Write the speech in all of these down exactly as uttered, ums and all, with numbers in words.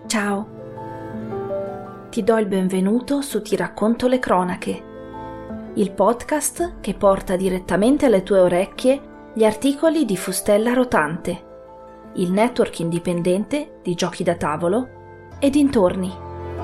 Ciao, ti do il benvenuto su Ti racconto le cronache, il podcast che porta direttamente alle tue orecchie gli articoli di Fustella Rotante, il network indipendente di giochi da tavolo e dintorni.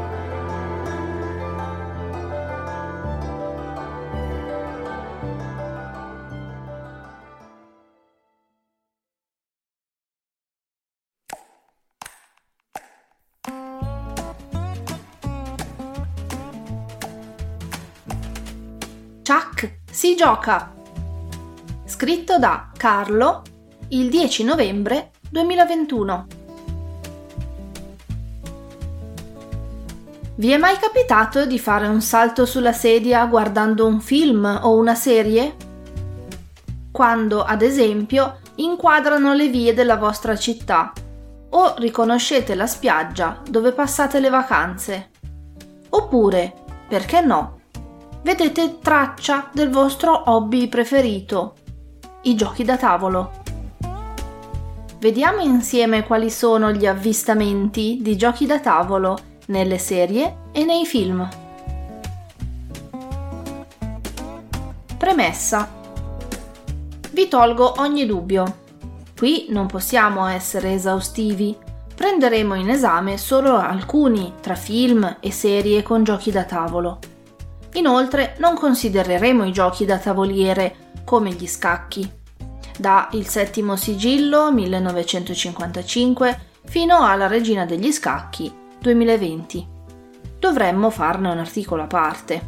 Chuck si gioca! Scritto da Carlo il dieci novembre duemilaventuno. Vi è mai capitato di fare un salto sulla sedia guardando un film o una serie? Quando, ad esempio, inquadrano le vie della vostra città o riconoscete la spiaggia dove passate le vacanze. Oppure, perché no, vedete traccia del vostro hobby preferito, i giochi da tavolo. Vediamo insieme quali sono gli avvistamenti di giochi da tavolo nelle serie e nei film. Premessa. Vi tolgo ogni dubbio. Qui non possiamo essere esaustivi. Prenderemo in esame solo alcuni tra film e serie con giochi da tavolo. Inoltre non considereremo i giochi da tavoliere come gli scacchi, da Il settimo sigillo millenovecentocinquantacinque fino alla Regina degli scacchi duemilaventi. Dovremmo farne un articolo a parte.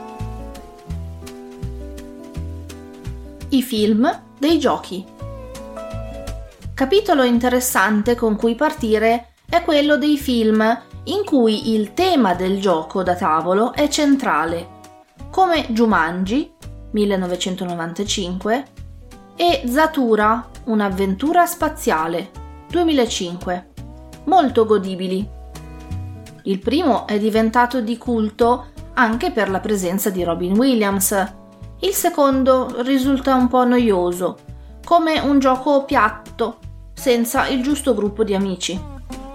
I film dei giochi. Capitolo interessante con cui partire è quello dei film in cui il tema del gioco da tavolo è centrale, come Jumanji millenovecentonovantacinque e Zathura, un'avventura spaziale duemilacinque, molto godibili. Il primo è diventato di culto anche per la presenza di Robin Williams. Il secondo risulta un po' noioso, come un gioco piatto, senza il giusto gruppo di amici.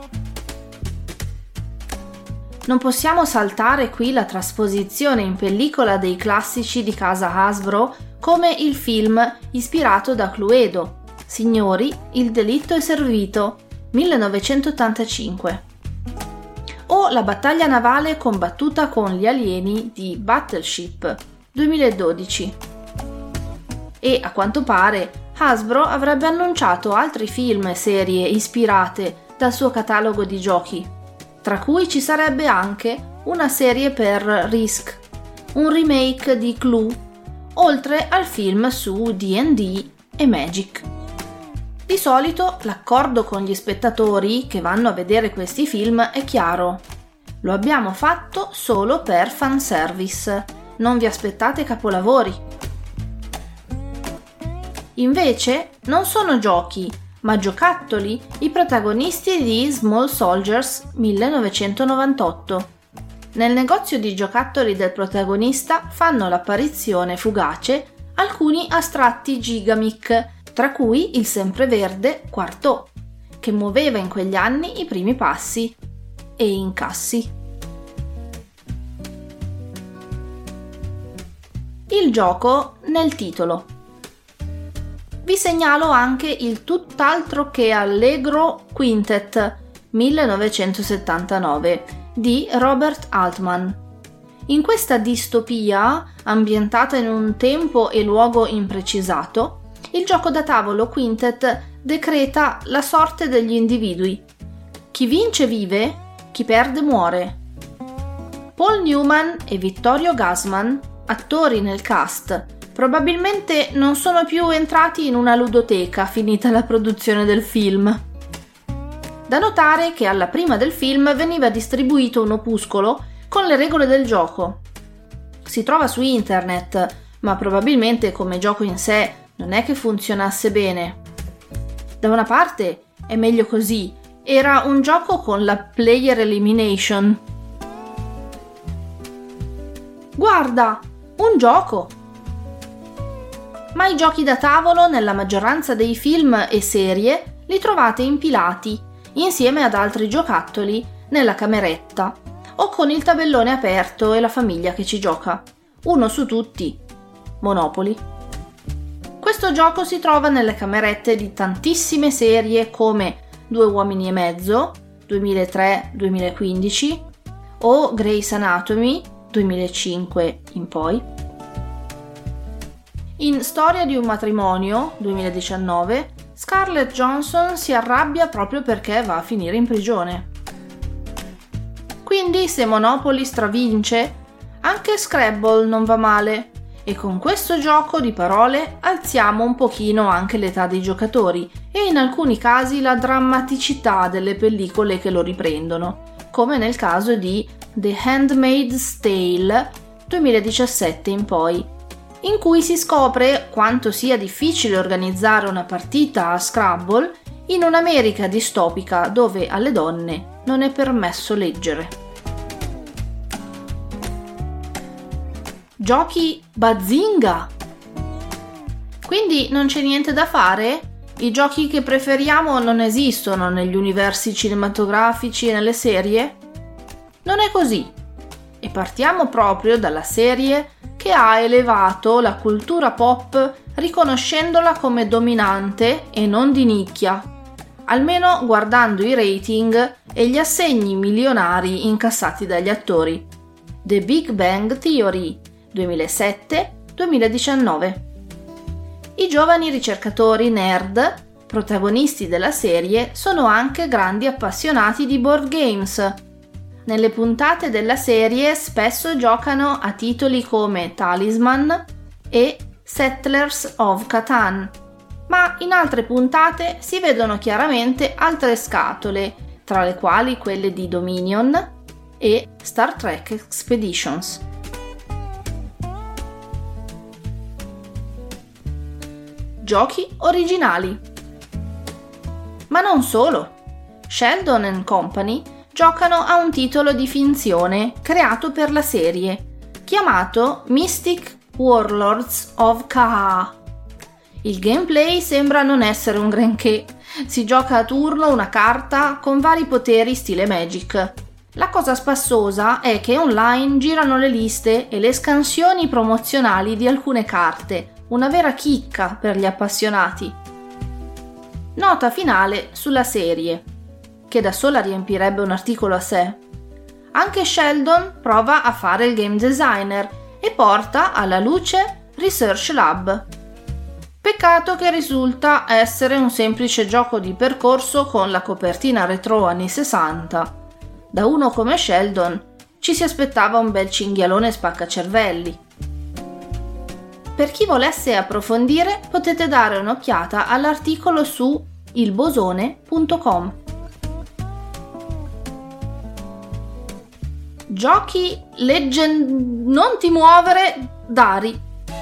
Non possiamo saltare qui la trasposizione in pellicola dei classici di casa Hasbro, come il film ispirato da Cluedo, Signori, il delitto è servito, millenovecentottantacinque, o la battaglia navale combattuta con gli alieni di Battleship, duemiladodici. E a quanto pare Hasbro avrebbe annunciato altri film e serie ispirate dal suo catalogo di giochi, tra cui ci sarebbe anche una serie per Risk, un remake di Clue, oltre al film su D and D e Magic. Di solito l'accordo con gli spettatori che vanno a vedere questi film è chiaro. Lo abbiamo fatto solo per fanservice, non vi aspettate capolavori. Invece non sono giochi, ma giocattoli i protagonisti di Small Soldiers millenovecentonovantotto. Nel negozio di giocattoli del protagonista fanno l'apparizione fugace alcuni astratti gigamic, tra cui il sempreverde Quartò, che muoveva in quegli anni i primi passi e incassi. Il gioco nel titolo. Vi segnalo anche il tutt'altro che allegro Quintet millenovecentosettantanove di Robert Altman. In questa distopia, ambientata in un tempo e luogo imprecisato, il gioco da tavolo Quintet decreta la sorte degli individui. Chi vince vive, chi perde muore. Paul Newman e Vittorio Gassman, attori nel cast, probabilmente non sono più entrati in una ludoteca finita la produzione del film. Da notare che alla prima del film veniva distribuito un opuscolo con le regole del gioco. Si trova su internet, ma probabilmente come gioco in sé non è che funzionasse bene. Da una parte è meglio così, era un gioco con la player elimination. Guarda, un gioco! Ma i giochi da tavolo nella maggioranza dei film e serie li trovate impilati insieme ad altri giocattoli nella cameretta o con il tabellone aperto e la famiglia che ci gioca. Uno su tutti, Monopoly. Questo gioco si trova nelle camerette di tantissime serie come Due uomini e mezzo, duemilatré duemilaquindici, o Grey's Anatomy, duemilacinque in poi. In Storia di un matrimonio, duemiladiciannove, Scarlett Johansson si arrabbia proprio perché va a finire in prigione. Quindi se Monopoly stravince, anche Scrabble non va male, e con questo gioco di parole alziamo un pochino anche l'età dei giocatori e in alcuni casi la drammaticità delle pellicole che lo riprendono, come nel caso di The Handmaid's Tale duemiladiciassette in poi, in cui si scopre quanto sia difficile organizzare una partita a Scrabble in un'America distopica dove alle donne non è permesso leggere. Giochi Bazinga! Quindi non c'è niente da fare? I giochi che preferiamo non esistono negli universi cinematografici e nelle serie? Non è così. E partiamo proprio dalla serie che ha elevato la cultura pop riconoscendola come dominante e non di nicchia, almeno guardando i rating e gli assegni milionari incassati dagli attori. The Big Bang Theory, duemilasette duemiladiciannove. I giovani ricercatori nerd, protagonisti della serie, sono anche grandi appassionati di board games. Nelle puntate della serie spesso giocano a titoli come Talisman e Settlers of Catan, ma in altre puntate si vedono chiaramente altre scatole, tra le quali quelle di Dominion e Star Trek Expeditions. Giochi originali. Ma non solo. Sheldon and Company giocano a un titolo di finzione creato per la serie, chiamato Mystic Warlords of Kaha. Il gameplay sembra non essere un granché, si gioca a turno una carta con vari poteri stile Magic. La cosa spassosa è che online girano le liste e le scansioni promozionali di alcune carte, una vera chicca per gli appassionati. Nota finale sulla serie, che da sola riempirebbe un articolo a sé. Anche Sheldon prova a fare il game designer e porta alla luce Research Lab. Peccato che risulta essere un semplice gioco di percorso con la copertina retro anni sessanta. Da uno come Sheldon ci si aspettava un bel cinghialone spaccacervelli. Per chi volesse approfondire potete dare un'occhiata all'articolo su il bosone punto com. Giochi leggen... non ti muovere, Dari.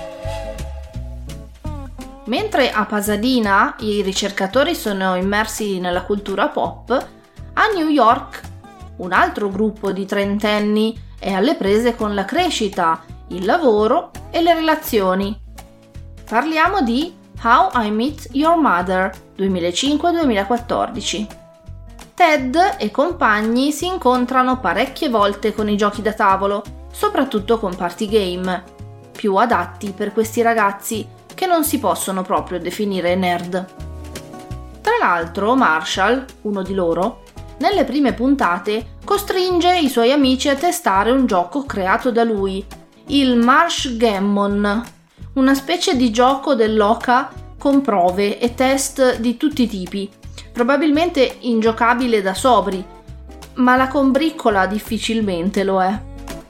Mentre a Pasadena i ricercatori sono immersi nella cultura pop, a New York un altro gruppo di trentenni è alle prese con la crescita, il lavoro e le relazioni. Parliamo di How I Met Your Mother duemilacinque duemilaquattordici. Ted e compagni si incontrano parecchie volte con i giochi da tavolo, soprattutto con party game, più adatti per questi ragazzi che non si possono proprio definire nerd. Tra l'altro Marshall, uno di loro, nelle prime puntate costringe i suoi amici a testare un gioco creato da lui, il Marshgammon, una specie di gioco dell'oca con prove e test di tutti i tipi, probabilmente ingiocabile da sobri, ma la combriccola difficilmente lo è.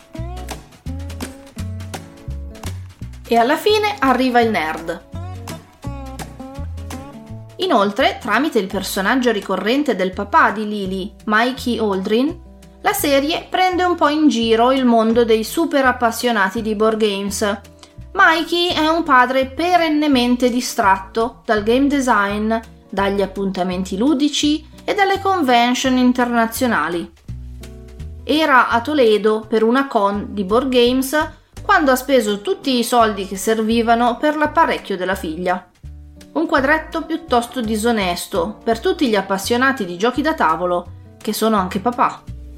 E alla fine arriva il nerd. Inoltre, tramite il personaggio ricorrente del papà di Lily, Mikey Aldrin, la serie prende un po' in giro il mondo dei super appassionati di board games. Mikey è un padre perennemente distratto dal game design, dagli appuntamenti ludici e dalle convention internazionali. Era a Toledo per una con di board games quando ha speso tutti i soldi che servivano per l'apparecchio della figlia. Un quadretto piuttosto disonesto per tutti gli appassionati di giochi da tavolo, che sono anche papà.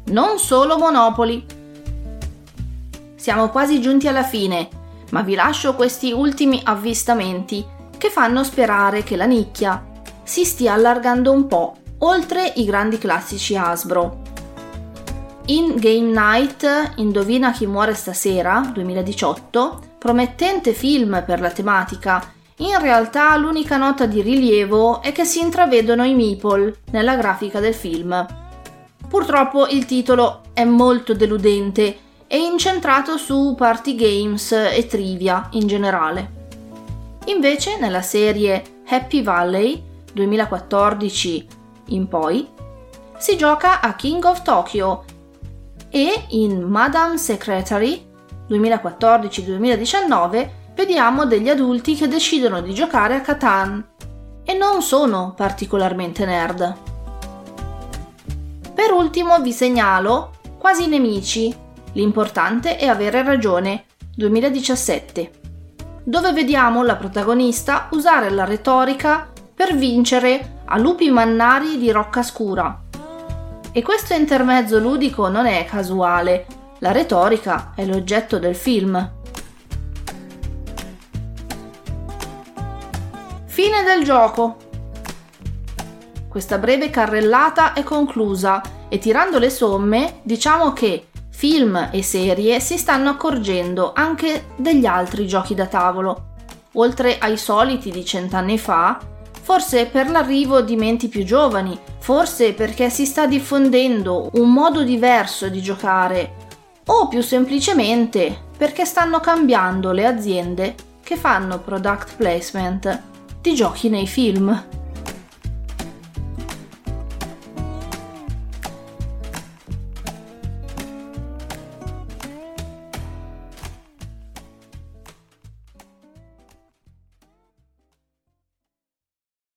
non solo Monopoly. Siamo quasi giunti alla fine, ma vi lascio questi ultimi avvistamenti che fanno sperare che la nicchia si stia allargando un po' oltre i grandi classici Hasbro. In Game Night, Indovina chi muore stasera, duemiladiciotto, promettente film per la tematica, in realtà l'unica nota di rilievo è che si intravedono i meeple nella grafica del film. Purtroppo il titolo è molto deludente e incentrato su party games e trivia in generale. Invece nella serie Happy Valley, duemilaquattordici in poi, si gioca a King of Tokyo e in Madame Secretary, duemilaquattordici duemiladiciannove, vediamo degli adulti che decidono di giocare a Catan e non sono particolarmente nerd. Per ultimo vi segnalo Quasi nemici, l'importante è avere ragione, duemiladiciassette, dove vediamo la protagonista usare la retorica per vincere a lupi mannari di Roccascura. E questo intermezzo ludico non è casuale, la retorica è l'oggetto del film. Fine del gioco. Questa breve carrellata è conclusa e tirando le somme diciamo che film e serie si stanno accorgendo anche degli altri giochi da tavolo, oltre ai soliti di cent'anni fa, forse per l'arrivo di menti più giovani, forse perché si sta diffondendo un modo diverso di giocare, o più semplicemente perché stanno cambiando le aziende che fanno product placement di giochi nei film.